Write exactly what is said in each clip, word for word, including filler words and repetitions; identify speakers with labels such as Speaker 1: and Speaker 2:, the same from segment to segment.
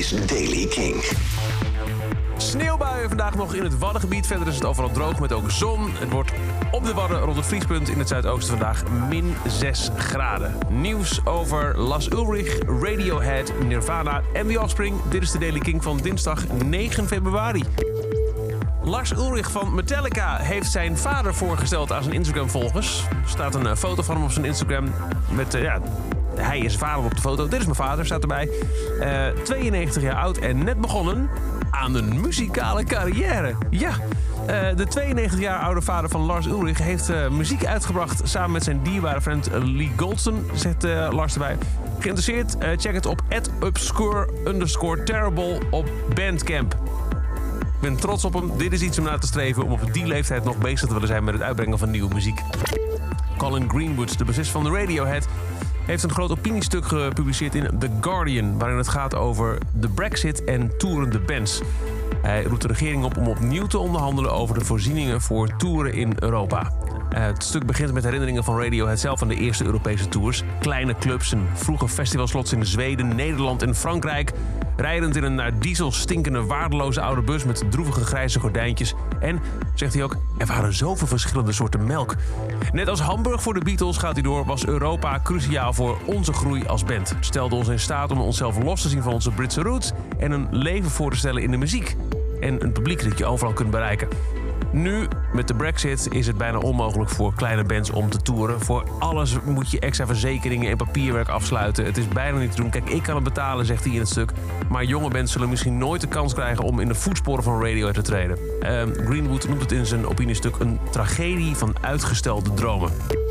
Speaker 1: is Daily Kink.
Speaker 2: Sneeuwbuien vandaag nog in het Waddengebied. Verder is het overal droog met ook zon. Het wordt op de Wadden rond het vriespunt. In het zuidoosten vandaag min zes graden. Nieuws over Lars Ulrich, Radiohead, Nirvana en The Offspring. Dit is de Daily Kink van dinsdag negen februari. Lars Ulrich van Metallica heeft zijn vader voorgesteld aan zijn Instagram-volgers. Er staat een foto van hem op zijn Instagram met... Uh, ja, hij is vader op de foto. Dit is mijn vader, staat erbij. Uh, tweeënnegentig jaar oud en net begonnen aan een muzikale carrière. Ja, uh, de tweeënnegentig jaar oude vader van Lars Ulrich heeft uh, muziek uitgebracht samen met zijn dierbare vriend Lee Goldston, zegt uh, Lars erbij. Geïnteresseerd? Uh, check het op at obscure underscore terrible op Bandcamp. Ik ben trots op hem. Dit is iets om naar te streven om op die leeftijd nog bezig te willen zijn met het uitbrengen van nieuwe muziek. Colin Greenwood, de bassist van de Radiohead, heeft een groot opiniestuk gepubliceerd in The Guardian, waarin het gaat over de Brexit en toerende bands. Hij roept de regering op om opnieuw te onderhandelen over de voorzieningen voor toeren in Europa. Het stuk begint met herinneringen van Radiohead zelf aan de eerste Europese tours. Kleine clubs en vroege festivalslots in Zweden, Nederland en Frankrijk. Rijdend in een naar diesel stinkende waardeloze oude bus met droevige grijze gordijntjes. En, zegt hij ook, er waren zoveel verschillende soorten melk. Net als Hamburg voor de Beatles, gaat hij door, was Europa cruciaal voor onze groei als band. Het stelde ons in staat om onszelf los te zien van onze Britse roots en een leven voor te stellen in de muziek. En een publiek dat je overal kunt bereiken. Nu, met de Brexit, is het bijna onmogelijk voor kleine bands om te toeren. Voor alles moet je extra verzekeringen en papierwerk afsluiten. Het is bijna niet te doen. Kijk, ik kan het betalen, zegt hij in het stuk. Maar jonge bands zullen misschien nooit de kans krijgen om in de voetsporen van Radiohead te treden. Uh, Greenwood noemt het in zijn opiniestuk een tragedie van uitgestelde dromen.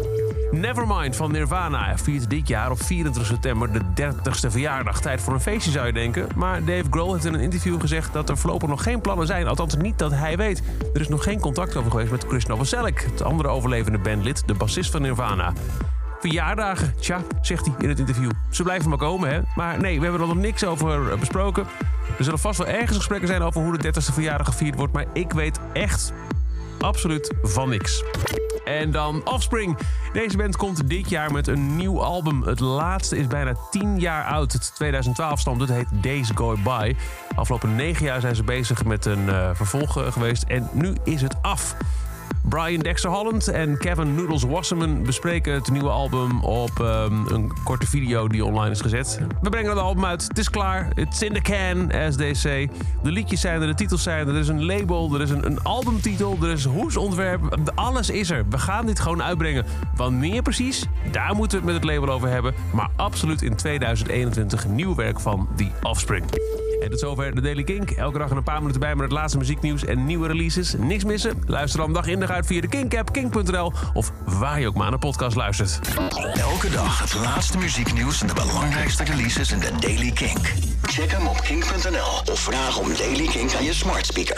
Speaker 2: Nevermind van Nirvana viert dit jaar op vierentwintig september de dertigste verjaardag. Tijd voor een feestje zou je denken. Maar Dave Grohl heeft in een interview gezegd dat er voorlopig nog geen plannen zijn. Althans niet dat hij weet. Er is nog geen contact over geweest met Chris Novoselic, het andere overlevende bandlid, de bassist van Nirvana. Verjaardagen, tja, zegt hij in het interview. Ze blijven maar komen, hè. Maar nee, we hebben er nog niks over besproken. Er zullen vast wel ergens gesprekken zijn over hoe de dertigste verjaardag gevierd wordt. Maar ik weet echt absoluut van niks. En dan Offspring. Deze band komt dit jaar met een nieuw album. Het laatste is bijna tien jaar oud. Het tweeduizend twaalf stamt. Het heet Days Go By. Afgelopen negen jaar zijn ze bezig met een uh, vervolg uh, geweest. En nu is het af. Brian Dexter Holland en Kevin Noodles Wasserman bespreken het nieuwe album op um, een korte video die online is gezet. We brengen het album uit. Het is klaar. It's in the can, as they say. De liedjes zijn er, de titels zijn er. Er is een label, er is een, een albumtitel, er is hoesontwerp. Alles is er. We gaan dit gewoon uitbrengen. Wanneer precies? Daar moeten we het met het label over hebben. Maar absoluut in tweeduizend eenentwintig nieuw werk van The Offspring. En tot zover de Daily Kink. Elke dag een paar minuten bij met het laatste muzieknieuws en nieuwe releases. Niks missen? Luister dan dag in dag uit via de Kink-app, kink punt n l of waar je ook maar naar de podcast luistert.
Speaker 1: Elke dag het laatste muzieknieuws en de belangrijkste releases in de Daily Kink. Check hem op kink punt n l of vraag om Daily Kink aan je smart speaker.